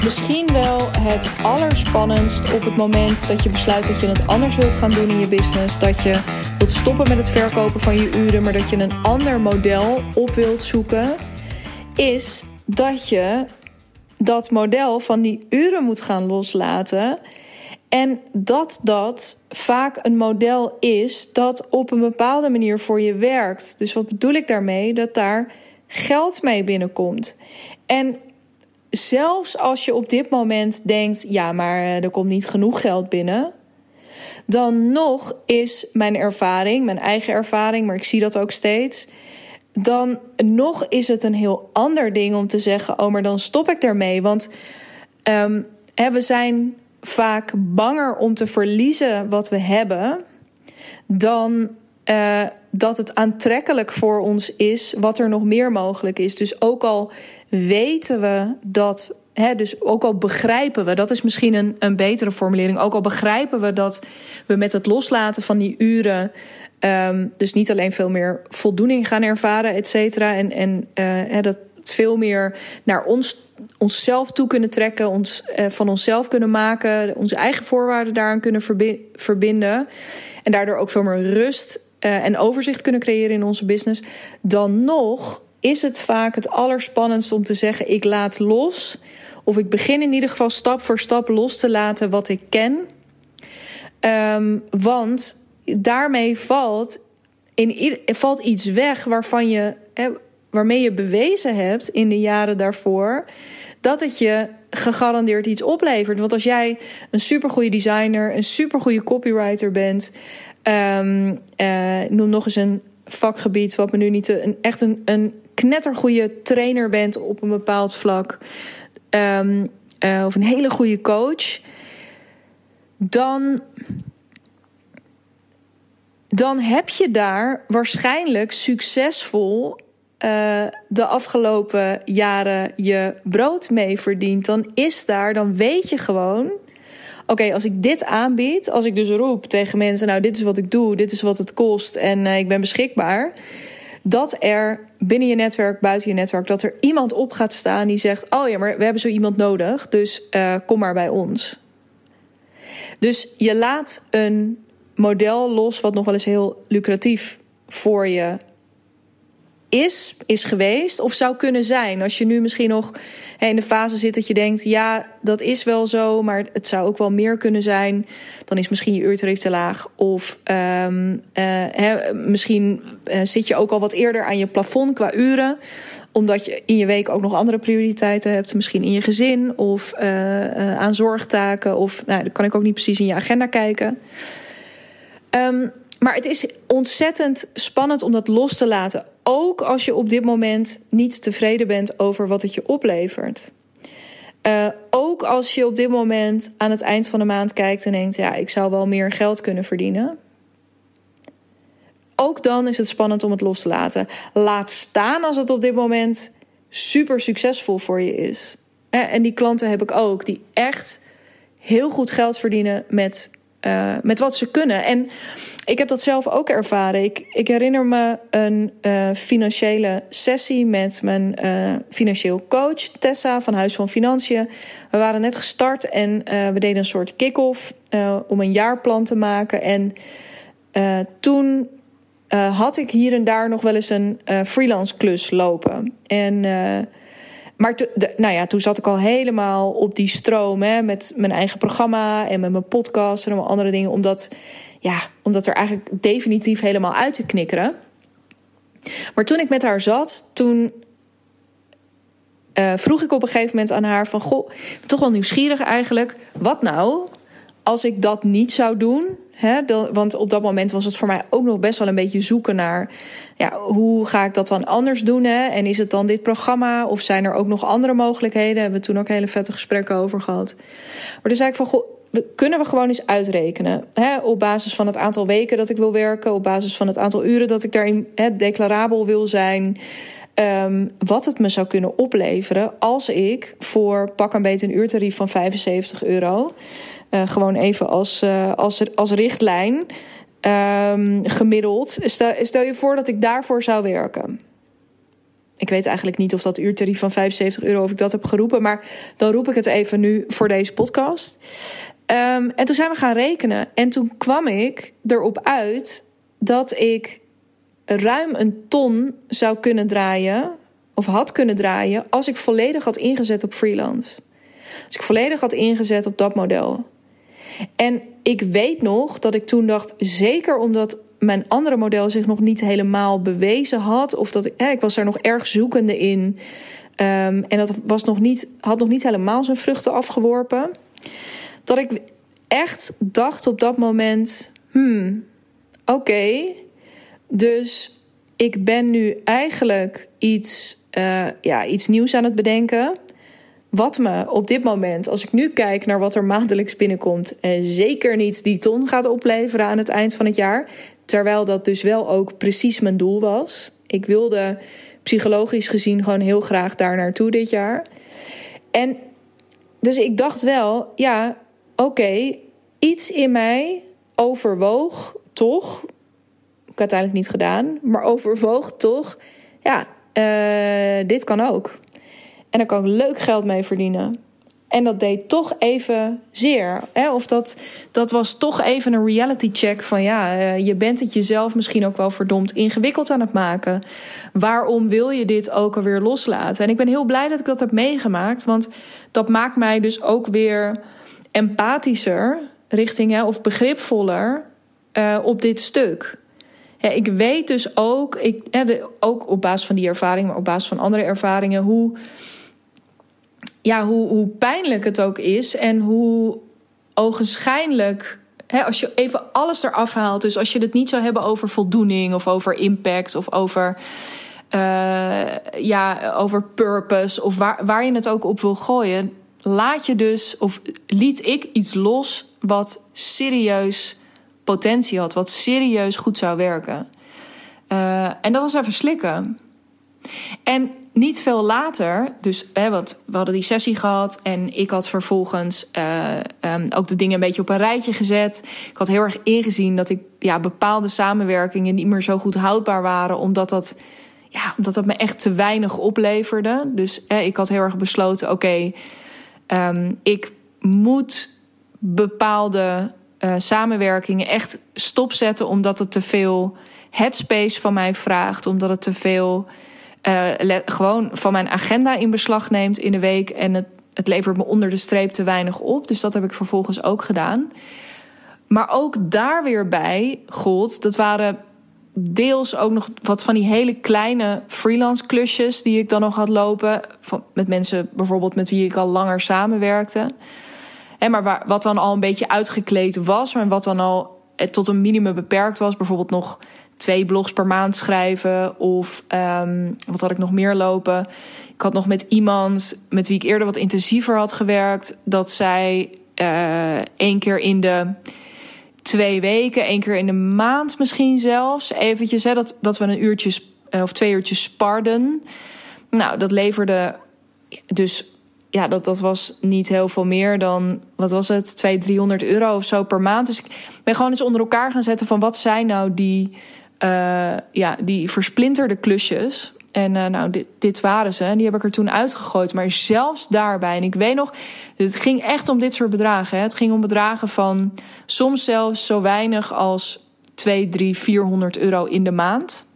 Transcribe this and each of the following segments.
misschien wel het allerspannendst op het moment dat je besluit dat je het anders wilt gaan doen in je business. Dat je wilt stoppen met het verkopen van je uren, maar dat je een ander model op wilt zoeken. Is dat je dat model van die uren moet gaan loslaten. En dat vaak een model is dat op een bepaalde manier voor je werkt. Dus wat bedoel ik daarmee? Dat daar geld mee binnenkomt. En zelfs als je op dit moment denkt, ja, maar er komt niet genoeg geld binnen, dan nog is mijn ervaring, mijn eigen ervaring, maar ik zie dat ook steeds, dan nog is het een heel ander ding om te zeggen, oh, maar dan stop ik ermee. Want we zijn vaak banger om te verliezen wat we hebben dan dat het aantrekkelijk voor ons is wat er nog meer mogelijk is. Dus ook al weten we dat, dus ook al begrijpen we, dat is misschien een betere formulering, ook al begrijpen we dat we met het loslaten van die uren dus niet alleen veel meer voldoening gaan ervaren, et cetera, en dat het veel meer naar onszelf toe kunnen trekken, van onszelf kunnen maken, onze eigen voorwaarden daaraan kunnen verbinden en daardoor ook veel meer rust en overzicht kunnen creëren in onze business. Dan nog is het vaak het allerspannendst om te zeggen, ik laat los, of ik begin in ieder geval stap voor stap los te laten wat ik ken. Want daarmee valt iets weg waarmee je bewezen hebt in de jaren daarvoor dat het je gegarandeerd iets oplevert. Want als jij een supergoeie designer, een supergoeie copywriter bent, noem nog eens een vakgebied wat me nu niet echt een knettergoeie trainer bent op een bepaald vlak, of een hele goede coach, dan heb je daar waarschijnlijk succesvol de afgelopen jaren je brood mee verdiend. Dan weet je gewoon, oké, als ik dit aanbied, als ik dus roep tegen mensen, nou, dit is wat ik doe, dit is wat het kost en ik ben beschikbaar, dat er binnen je netwerk, buiten je netwerk, dat er iemand op gaat staan die zegt, oh ja, maar we hebben zo iemand nodig, dus kom maar bij ons. Dus je laat een model los wat nog wel eens heel lucratief voor je is geweest of zou kunnen zijn. Als je nu misschien nog in de fase zit dat je denkt, ja, dat is wel zo, maar het zou ook wel meer kunnen zijn, dan is misschien je uurtarief te laag. Of misschien zit je ook al wat eerder aan je plafond qua uren, omdat je in je week ook nog andere prioriteiten hebt. Misschien in je gezin of aan zorgtaken. Of dat kan ik ook niet precies in je agenda kijken. Maar het is ontzettend spannend om dat los te laten. Ook als je op dit moment niet tevreden bent over wat het je oplevert. Ook als je op dit moment aan het eind van de maand kijkt en denkt, ja, ik zou wel meer geld kunnen verdienen. Ook dan is het spannend om het los te laten. Laat staan als het op dit moment super succesvol voor je is. En die klanten heb ik ook, die echt heel goed geld verdienen met wat ze kunnen. En ik heb dat zelf ook ervaren. Ik herinner me een financiële sessie met mijn financieel coach, Tessa van Huis van Financiën. We waren net gestart en we deden een soort kick-off om een jaarplan te maken. En toen had ik hier en daar nog wel eens een freelance klus lopen. Maar toen zat ik al helemaal op die stroom, met mijn eigen programma en met mijn podcast en allemaal andere dingen, om dat er eigenlijk definitief helemaal uit te knikkeren. Maar toen ik met haar zat, toen vroeg ik op een gegeven moment aan haar van, goh, ik ben toch wel nieuwsgierig eigenlijk. Wat nou als ik dat niet zou doen? Want op dat moment was het voor mij ook nog best wel een beetje zoeken naar, ja, hoe ga ik dat dan anders doen? En is het dan dit programma? Of zijn er ook nog andere mogelijkheden? Daar hebben we toen ook hele vette gesprekken over gehad. Maar toen zei ik van, goh, kunnen we gewoon eens uitrekenen. Op basis van het aantal weken dat ik wil werken, op basis van het aantal uren dat ik daarin declarabel wil zijn, wat het me zou kunnen opleveren als ik voor pak een beetje een uurtarief van €75, gewoon even als richtlijn, gemiddeld, stel je voor dat ik daarvoor zou werken. Ik weet eigenlijk niet of dat uurtarief van €75, of ik dat heb geroepen. Maar dan roep ik het even nu voor deze podcast. En toen zijn we gaan rekenen. En toen kwam ik erop uit dat ik ruim 1 ton zou kunnen draaien, of had kunnen draaien, als ik volledig had ingezet op freelance. Als ik volledig had ingezet op dat model. En ik weet nog dat ik toen dacht, zeker omdat mijn andere model zich nog niet helemaal bewezen had, of dat ik was daar nog erg zoekende in. En dat had nog niet helemaal zijn vruchten afgeworpen. Dat ik echt dacht op dat moment, oké, dus ik ben nu eigenlijk iets nieuws aan het bedenken. Wat me op dit moment, als ik nu kijk naar wat er maandelijks binnenkomt, zeker niet die ton gaat opleveren aan het eind van het jaar. Terwijl dat dus wel ook precies mijn doel was. Ik wilde psychologisch gezien gewoon heel graag daar naartoe dit jaar. En dus ik dacht wel, oké, iets in mij overwoog toch, ik heb het uiteindelijk niet gedaan, maar overwoog toch, dit kan ook. En daar kan ik leuk geld mee verdienen. En dat deed toch even zeer. Of dat was toch even een reality check van je bent het jezelf misschien ook wel verdomd ingewikkeld aan het maken. Waarom wil je dit ook alweer loslaten? En ik ben heel blij dat ik dat heb meegemaakt. Want dat maakt mij dus ook weer empathischer richting, of begripvoller op dit stuk. Ik weet dus ook, ook op basis van die ervaring, maar op basis van andere ervaringen, hoe pijnlijk het ook is en hoe ogenschijnlijk, als je even alles eraf haalt, dus als je het niet zou hebben over voldoening of over impact of over purpose of waar je het ook op wil gooien, liet ik iets los wat serieus potentie had, wat serieus goed zou werken. En dat was even slikken. En niet veel later, dus we hadden die sessie gehad en ik had vervolgens ook de dingen een beetje op een rijtje gezet. Ik had heel erg ingezien dat ik bepaalde samenwerkingen niet meer zo goed houdbaar waren, omdat dat me echt te weinig opleverde. Dus ik had heel erg besloten, oké, ik moet bepaalde samenwerkingen echt stopzetten, omdat het te veel headspace van mij vraagt, omdat het te veel gewoon van mijn agenda in beslag neemt in de week en het levert me onder de streep te weinig op. Dus dat heb ik vervolgens ook gedaan. Maar ook daar weer bij gold, dat waren deels ook nog wat van die hele kleine freelance klusjes die ik dan nog had lopen, met mensen bijvoorbeeld met wie ik al langer samenwerkte. Maar wat dan al een beetje uitgekleed was, maar wat dan al tot een minimum beperkt was. Bijvoorbeeld nog 2 blogs per maand schrijven. Of wat had ik nog meer lopen? Ik had nog met iemand met wie ik eerder wat intensiever had gewerkt, dat zij 1 keer in de 2 weken, 1 keer in de maand misschien zelfs, eventjes, dat we een uurtje of 2 uurtjes sparden. Nou, dat leverde dus, dat was niet heel veel meer dan, wat was het, €200-300 of zo per maand. Dus ik ben gewoon eens onder elkaar gaan zetten van wat zijn nou die versplinterde klusjes. En dit waren ze. En die heb ik er toen uitgegooid. Maar zelfs daarbij, en ik weet nog, het ging echt om dit soort bedragen. Het ging om bedragen van soms zelfs zo weinig als €200-400 in de maand.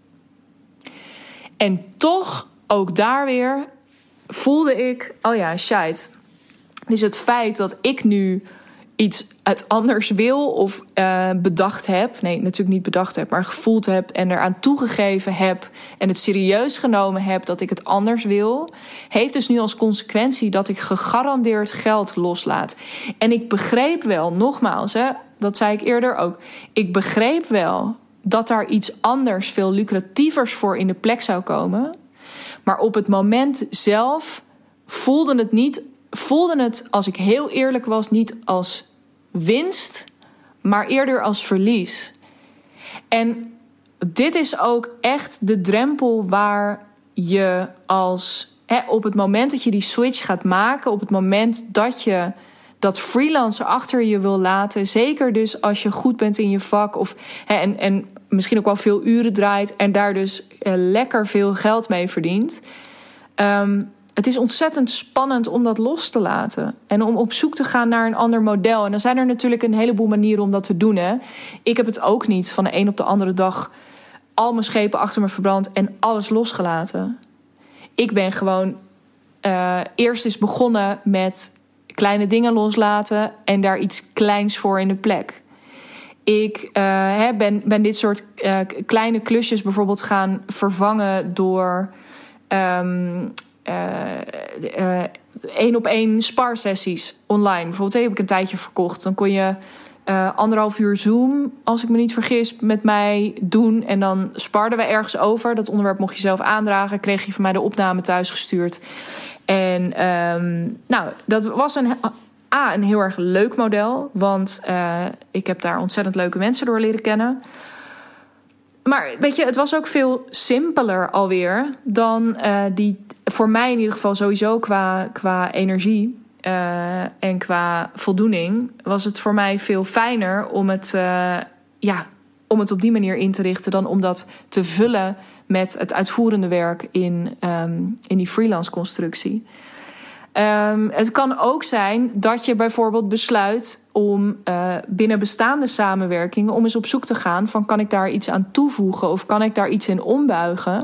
En toch, ook daar weer, voelde ik, shit. Dus het feit dat ik nu iets anders wil of bedacht heb, nee, natuurlijk niet bedacht heb, maar gevoeld heb en eraan toegegeven heb en het serieus genomen heb dat ik het anders wil, heeft dus nu als consequentie dat ik gegarandeerd geld loslaat. En ik begreep wel, nogmaals, dat zei ik eerder ook, ik begreep wel dat daar iets anders, veel lucratievers voor in de plek zou komen. Maar op het moment zelf voelde het, als ik heel eerlijk was, niet als winst, maar eerder als verlies. En dit is ook echt de drempel waar je op het moment dat je die switch gaat maken, op het moment dat je dat freelancen achter je wil laten. Zeker dus als je goed bent in je vak. En misschien ook wel veel uren draait. En daar dus lekker veel geld mee verdient. Het is ontzettend spannend om dat los te laten. En om op zoek te gaan naar een ander model. En dan zijn er natuurlijk een heleboel manieren om dat te doen. Hè. Ik heb het ook niet van de een op de andere dag al mijn schepen achter me verbrand en alles losgelaten. Ik ben gewoon eerst eens begonnen met kleine dingen loslaten en daar iets kleins voor in de plek. Ik ben dit soort kleine klusjes bijvoorbeeld gaan vervangen door 1-op-1 sparsessies online. Bijvoorbeeld heb ik een tijdje verkocht. Dan kon je 1,5 uur Zoom, als ik me niet vergis, met mij doen. En dan sparden we ergens over. Dat onderwerp mocht je zelf aandragen. Kreeg je van mij de opname thuis gestuurd. En dat was een heel erg leuk model. Want ik heb daar ontzettend leuke mensen door leren kennen. Maar weet je, het was ook veel simpeler alweer dan die, voor mij in ieder geval sowieso qua energie en qua voldoening, was het voor mij veel fijner om het op die manier in te richten dan om dat te vullen met het uitvoerende werk in die freelance constructie. Het kan ook zijn dat je bijvoorbeeld besluit om binnen bestaande samenwerkingen om eens op zoek te gaan van kan ik daar iets aan toevoegen of kan ik daar iets in ombuigen,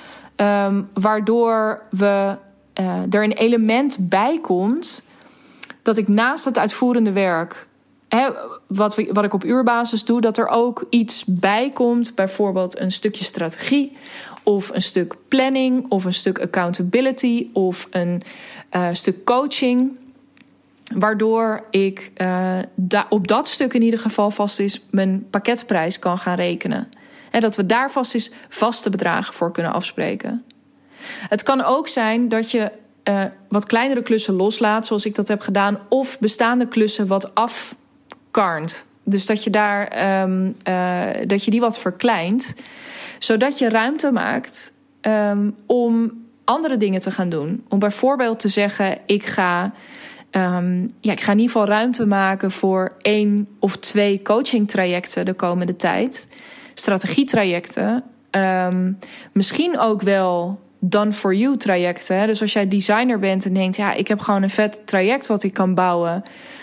waardoor er een element bij komt dat ik naast het uitvoerende werk, wat ik op uurbasis doe, dat er ook iets bij komt, bijvoorbeeld een stukje strategie of een stuk planning of een stuk accountability of een stuk coaching, waardoor ik op dat stuk in ieder geval vast is mijn pakketprijs kan gaan rekenen. En dat we daar vast is vaste bedragen voor kunnen afspreken. Het kan ook zijn dat je wat kleinere klussen loslaat, zoals ik dat heb gedaan, of bestaande klussen wat afkarnt. Dus dat je dat je die wat verkleint, zodat je ruimte maakt om andere dingen te gaan doen. Om bijvoorbeeld te zeggen, ik ga in ieder geval ruimte maken voor 1 of 2 coachingtrajecten de komende tijd. Strategietrajecten. Misschien ook wel done for you trajecten. Hè? Dus als jij designer bent en denkt, ik heb gewoon een vet traject wat ik kan bouwen.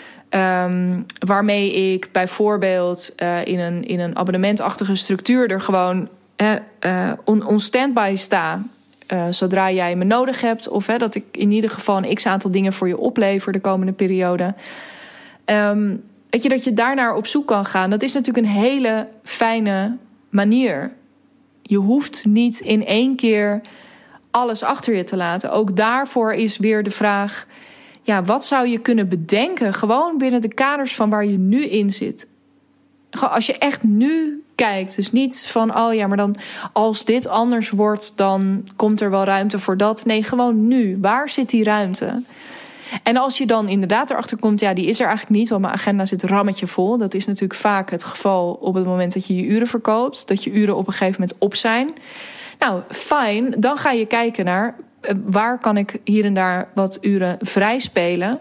Waarmee ik bijvoorbeeld in een abonnementachtige structuur er gewoon on standby sta. Zodra jij me nodig hebt. Of dat ik in ieder geval een x-aantal dingen voor je oplever de komende periode. Weet je, dat je daarnaar op zoek kan gaan. Dat is natuurlijk een hele fijne manier. Je hoeft niet in één keer alles achter je te laten. Ook daarvoor is weer de vraag, wat zou je kunnen bedenken? Gewoon binnen de kaders van waar je nu in zit. Als je echt nu kijkt, dus niet van, maar dan als dit anders wordt, dan komt er wel ruimte voor dat. Nee, gewoon nu. Waar zit die ruimte? En als je dan inderdaad erachter komt, die is er eigenlijk niet, want mijn agenda zit rammetje vol. Dat is natuurlijk vaak het geval op het moment dat je je uren verkoopt. Dat je uren op een gegeven moment op zijn. Nou, fijn. Dan ga je kijken naar waar kan ik hier en daar wat uren vrij spelen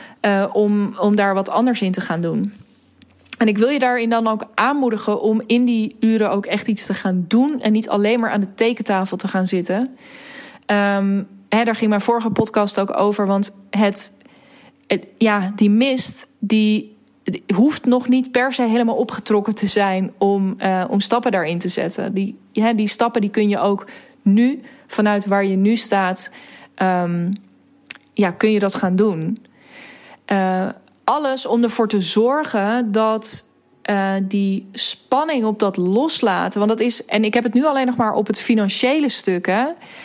om daar wat anders in te gaan doen. En ik wil je daarin dan ook aanmoedigen om in die uren ook echt iets te gaan doen en niet alleen maar aan de tekentafel te gaan zitten. Daar ging mijn vorige podcast ook over, want die mist, die hoeft nog niet per se helemaal opgetrokken te zijn om stappen daarin te zetten. Die stappen die kun je ook nu, vanuit waar je nu staat, kun je dat gaan doen. Alles om ervoor te zorgen dat die spanning op dat loslaten, want dat is, en ik heb het nu alleen nog maar op het financiële stuk, hè.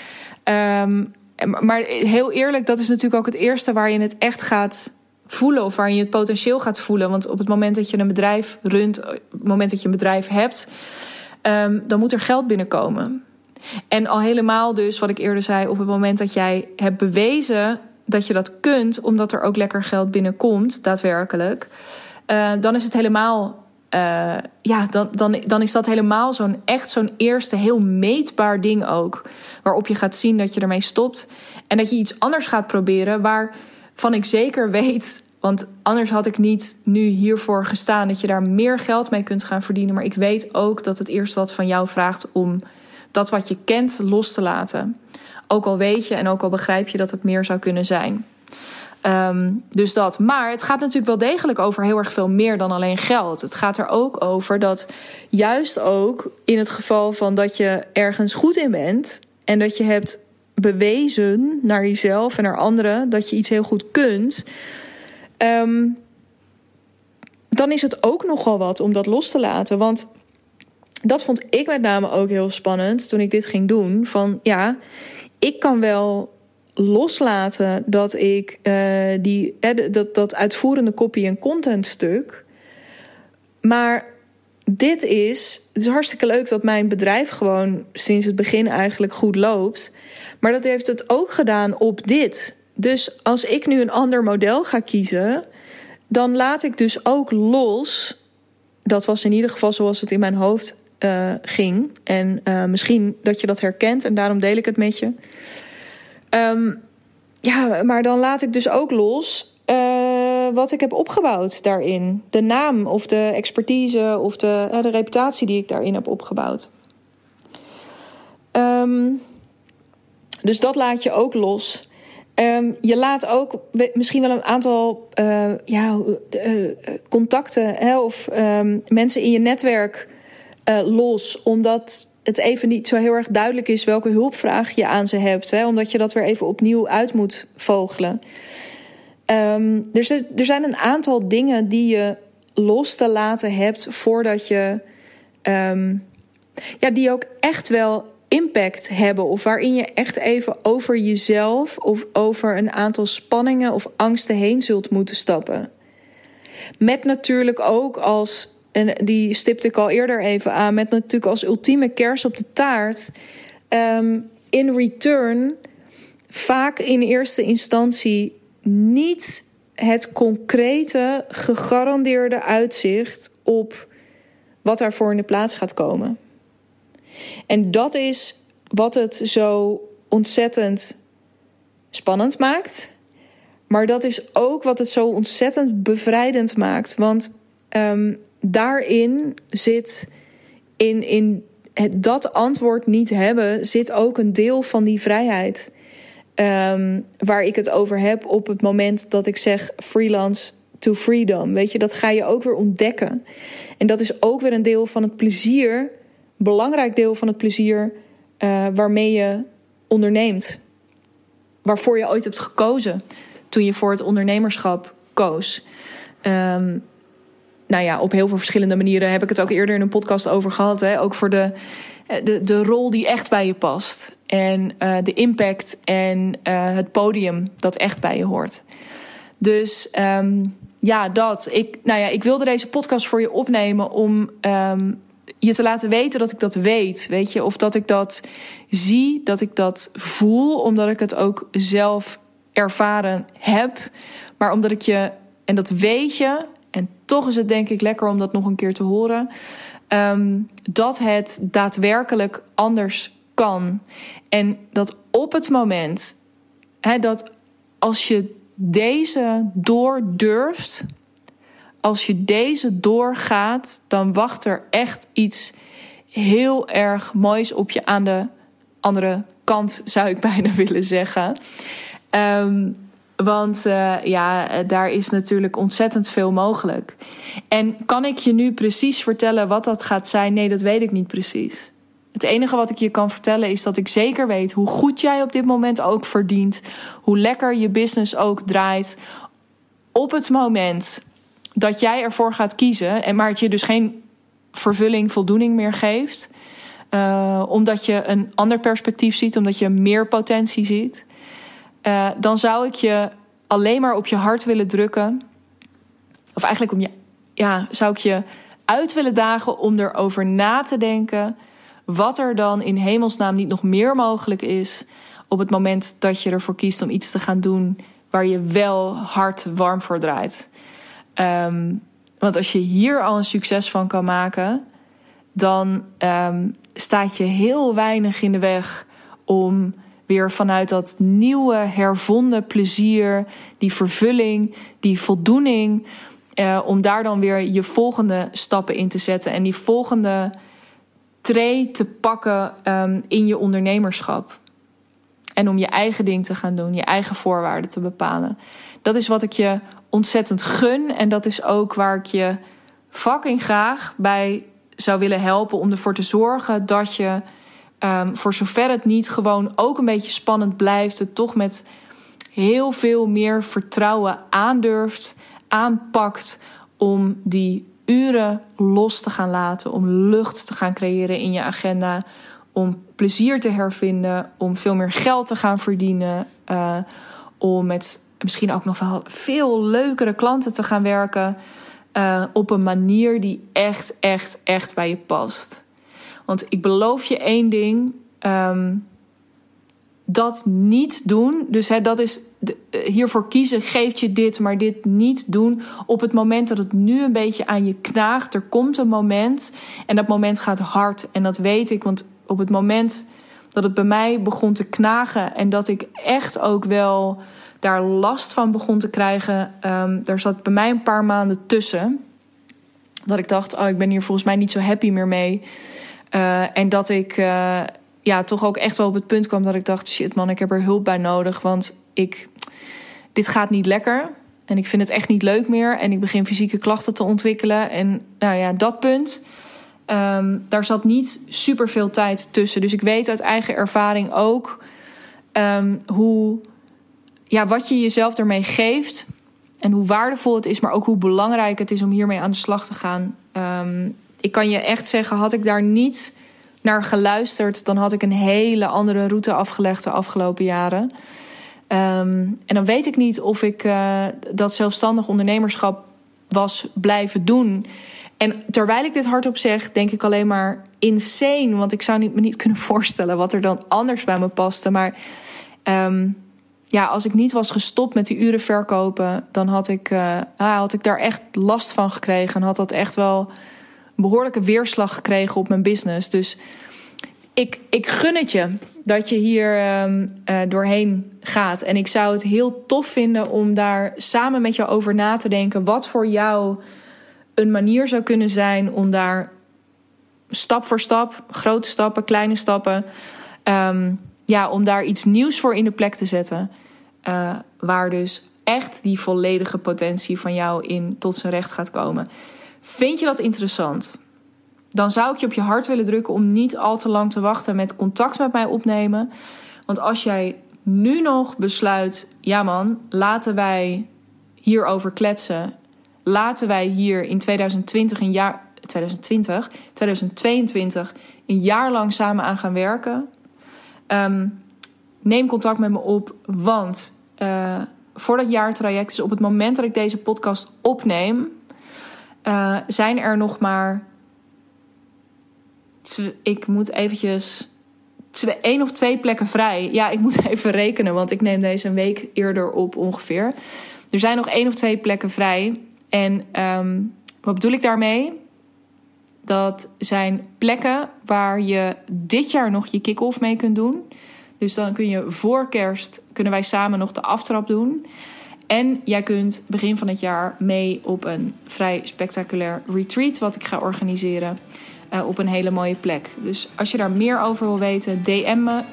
Maar heel eerlijk, dat is natuurlijk ook het eerste waar je het echt gaat voelen of waar je het potentieel gaat voelen. Want op het moment dat je een bedrijf runt, op het moment dat je een bedrijf hebt, dan moet er geld binnenkomen. En al helemaal dus, wat ik eerder zei, op het moment dat jij hebt bewezen dat je dat kunt, omdat er ook lekker geld binnenkomt, daadwerkelijk, dan is het helemaal, dan is dat helemaal zo'n eerste heel meetbaar ding ook, waarop je gaat zien dat je ermee stopt en dat je iets anders gaat proberen, waarvan ik zeker weet Want anders had ik niet nu hiervoor gestaan dat je daar meer geld mee kunt gaan verdienen. Maar ik weet ook dat het eerst wat van jou vraagt om dat wat je kent los te laten. Ook al weet je en ook al begrijp je dat het meer zou kunnen zijn. Dus dat. Maar het gaat natuurlijk wel degelijk over heel erg veel meer dan alleen geld. Het gaat er ook over dat juist ook in het geval van dat je ergens goed in bent en dat je hebt bewezen naar jezelf en naar anderen dat je iets heel goed kunt, dan is het ook nogal wat om dat los te laten. Want dat vond ik met name ook heel spannend toen ik dit ging doen. Van ja, ik kan wel loslaten dat ik dat uitvoerende copy- en contentstuk. Maar het is hartstikke leuk dat mijn bedrijf gewoon sinds het begin eigenlijk goed loopt. Maar dat heeft het ook gedaan op dit. Dus als ik nu een ander model ga kiezen, dan laat ik dus ook los. Dat was in ieder geval zoals het in mijn hoofd ging. En misschien dat je dat herkent en daarom deel ik het met je. Maar dan laat ik dus ook los wat ik heb opgebouwd daarin. De naam of de expertise of de reputatie die ik daarin heb opgebouwd. Dus dat laat je ook los. Je laat ook misschien wel een aantal contacten of mensen in je netwerk los, omdat het even niet zo heel erg duidelijk is welke hulpvraag je aan ze hebt. Omdat je dat weer even opnieuw uit moet vogelen. Er zijn een aantal dingen die je los te laten hebt voordat je die ook echt wel impact hebben, of waarin je echt even over jezelf of over een aantal spanningen of angsten heen zult moeten stappen. Met natuurlijk ook als, en die stipte ik al eerder even aan, met natuurlijk als ultieme kers op de taart, in return vaak in eerste instantie niet het concrete, gegarandeerde uitzicht op wat daarvoor in de plaats gaat komen. En dat is wat het zo ontzettend spannend maakt. Maar dat is ook wat het zo ontzettend bevrijdend maakt. Want daarin zit, in dat antwoord niet hebben, zit ook een deel van die vrijheid. Waar ik het over heb op het moment dat ik zeg freelance to freedom. Weet je, dat ga je ook weer ontdekken. En dat is ook weer een deel van het plezier, belangrijk deel van het plezier waarmee je onderneemt. Waarvoor je ooit hebt gekozen toen je voor het ondernemerschap koos. Op heel veel verschillende manieren heb ik het ook eerder in een podcast over gehad. Hè? Ook voor de rol die echt bij je past. En de impact en het podium dat echt bij je hoort. Dus dat. Ik wilde deze podcast voor je opnemen om je te laten weten dat ik dat weet. Weet je, of dat ik dat zie, dat ik dat voel, omdat ik het ook zelf ervaren heb. Maar omdat ik je, en dat weet je, en toch is het denk ik lekker om dat nog een keer te horen, dat het daadwerkelijk anders kan. En dat op het moment, dat als je deze door durft, als je deze doorgaat, dan wacht er echt iets heel erg moois op je aan de andere kant, zou ik bijna willen zeggen. Want daar is natuurlijk ontzettend veel mogelijk. En kan ik je nu precies vertellen wat dat gaat zijn? Nee, dat weet ik niet precies. Het enige wat ik je kan vertellen is dat ik zeker weet hoe goed jij op dit moment ook verdient. Hoe lekker je business ook draait. Op het moment dat jij ervoor gaat kiezen, maar het je dus geen vervulling, voldoening meer geeft. Omdat je een ander perspectief ziet, omdat je meer potentie ziet. Dan zou ik je alleen maar op je hart willen drukken. Of eigenlijk zou ik je uit willen dagen om erover na te denken wat er dan in hemelsnaam niet nog meer mogelijk is op het moment dat je ervoor kiest om iets te gaan doen waar je wel hard warm voor draait. Want als je hier al een succes van kan maken, dan staat je heel weinig in de weg om weer vanuit dat nieuwe, hervonden plezier, die vervulling, die voldoening, om daar dan weer je volgende stappen in te zetten en die volgende tree te pakken in je ondernemerschap. En om je eigen ding te gaan doen, je eigen voorwaarden te bepalen. Dat is wat ik je ontzettend gun en dat is ook waar ik je fucking graag bij zou willen helpen om ervoor te zorgen dat je, voor zover het niet gewoon ook een beetje spannend blijft, het toch met heel veel meer vertrouwen aanpakt om die uren los te gaan laten, om lucht te gaan creëren in je agenda, om plezier te hervinden, om veel meer geld te gaan verdienen, om met misschien ook nog wel veel leukere klanten te gaan werken, op een manier die echt bij je past. Want ik beloof je één ding, dat niet doen, dus dat is hiervoor kiezen, geeft je dit, maar dit niet doen op het moment dat het nu een beetje aan je knaagt. Er komt een moment en dat moment gaat hard en dat weet ik, want op het moment dat het bij mij begon te knagen en dat ik echt ook wel daar last van begon te krijgen, daar zat bij mij een paar maanden tussen dat ik dacht, ik ben hier volgens mij niet zo happy meer mee. En dat ik toch ook echt wel op het punt kwam dat ik dacht, shit man, ik heb er hulp bij nodig, want dit gaat niet lekker en ik vind het echt niet leuk meer en ik begin fysieke klachten te ontwikkelen en dat punt, daar zat niet super veel tijd tussen. Dus ik weet uit eigen ervaring ook wat je jezelf ermee geeft en hoe waardevol het is, maar ook hoe belangrijk het is om hiermee aan de slag te gaan. Ik kan je echt zeggen, had ik daar niet naar geluisterd, dan had ik een hele andere route afgelegd de afgelopen jaren. En dan weet ik niet of ik dat zelfstandig ondernemerschap was blijven doen. En terwijl ik dit hardop zeg, denk ik alleen maar insane. Want ik zou me niet kunnen voorstellen wat er dan anders bij me paste. Maar als ik niet was gestopt met die uren verkopen, dan had ik daar echt last van gekregen. En had dat echt wel een behoorlijke weerslag gekregen op mijn business. Dus ik gun het je dat je hier doorheen gaat. En ik zou het heel tof vinden om daar samen met jou over na te denken. Wat voor jou een manier zou kunnen zijn om daar stap voor stap, grote stappen, kleine stappen, om daar iets nieuws voor in de plek te zetten. Waar dus echt die volledige potentie van jou in tot zijn recht gaat komen. Vind je dat interessant? Dan zou ik je op je hart willen drukken om niet al te lang te wachten met contact met mij opnemen. Want als jij nu nog besluit, ja man, laten wij hierover kletsen. Laten wij hier in 2022 een jaar lang samen aan gaan werken. Neem contact met me op, want voor dat jaartraject, dus op het moment dat ik deze podcast opneem, zijn er nog maar, ik moet eventjes 1 of 2 plekken vrij. Ja, ik moet even rekenen, want ik neem deze een week eerder op ongeveer. Er zijn nog 1 of 2 plekken vrij. En wat bedoel ik daarmee? Dat zijn plekken waar je dit jaar nog je kick-off mee kunt doen. Dus dan kun je voor kerst, kunnen wij samen nog de aftrap doen. En jij kunt begin van het jaar mee op een vrij spectaculair retreat, wat ik ga organiseren, op een hele mooie plek. Dus als je daar meer over wil weten, DM me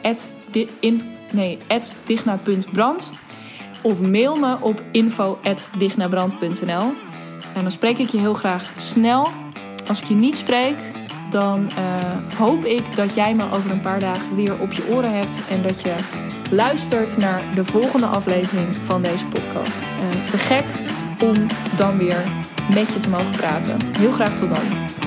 @digna.brand of mail me op info@dignabrand.nl. En dan spreek ik je heel graag snel. Als ik je niet spreek, dan hoop ik dat jij me over een paar dagen weer op je oren hebt en dat je luistert naar de volgende aflevering van deze podcast. Te gek om dan weer met je te mogen praten. Heel graag tot dan.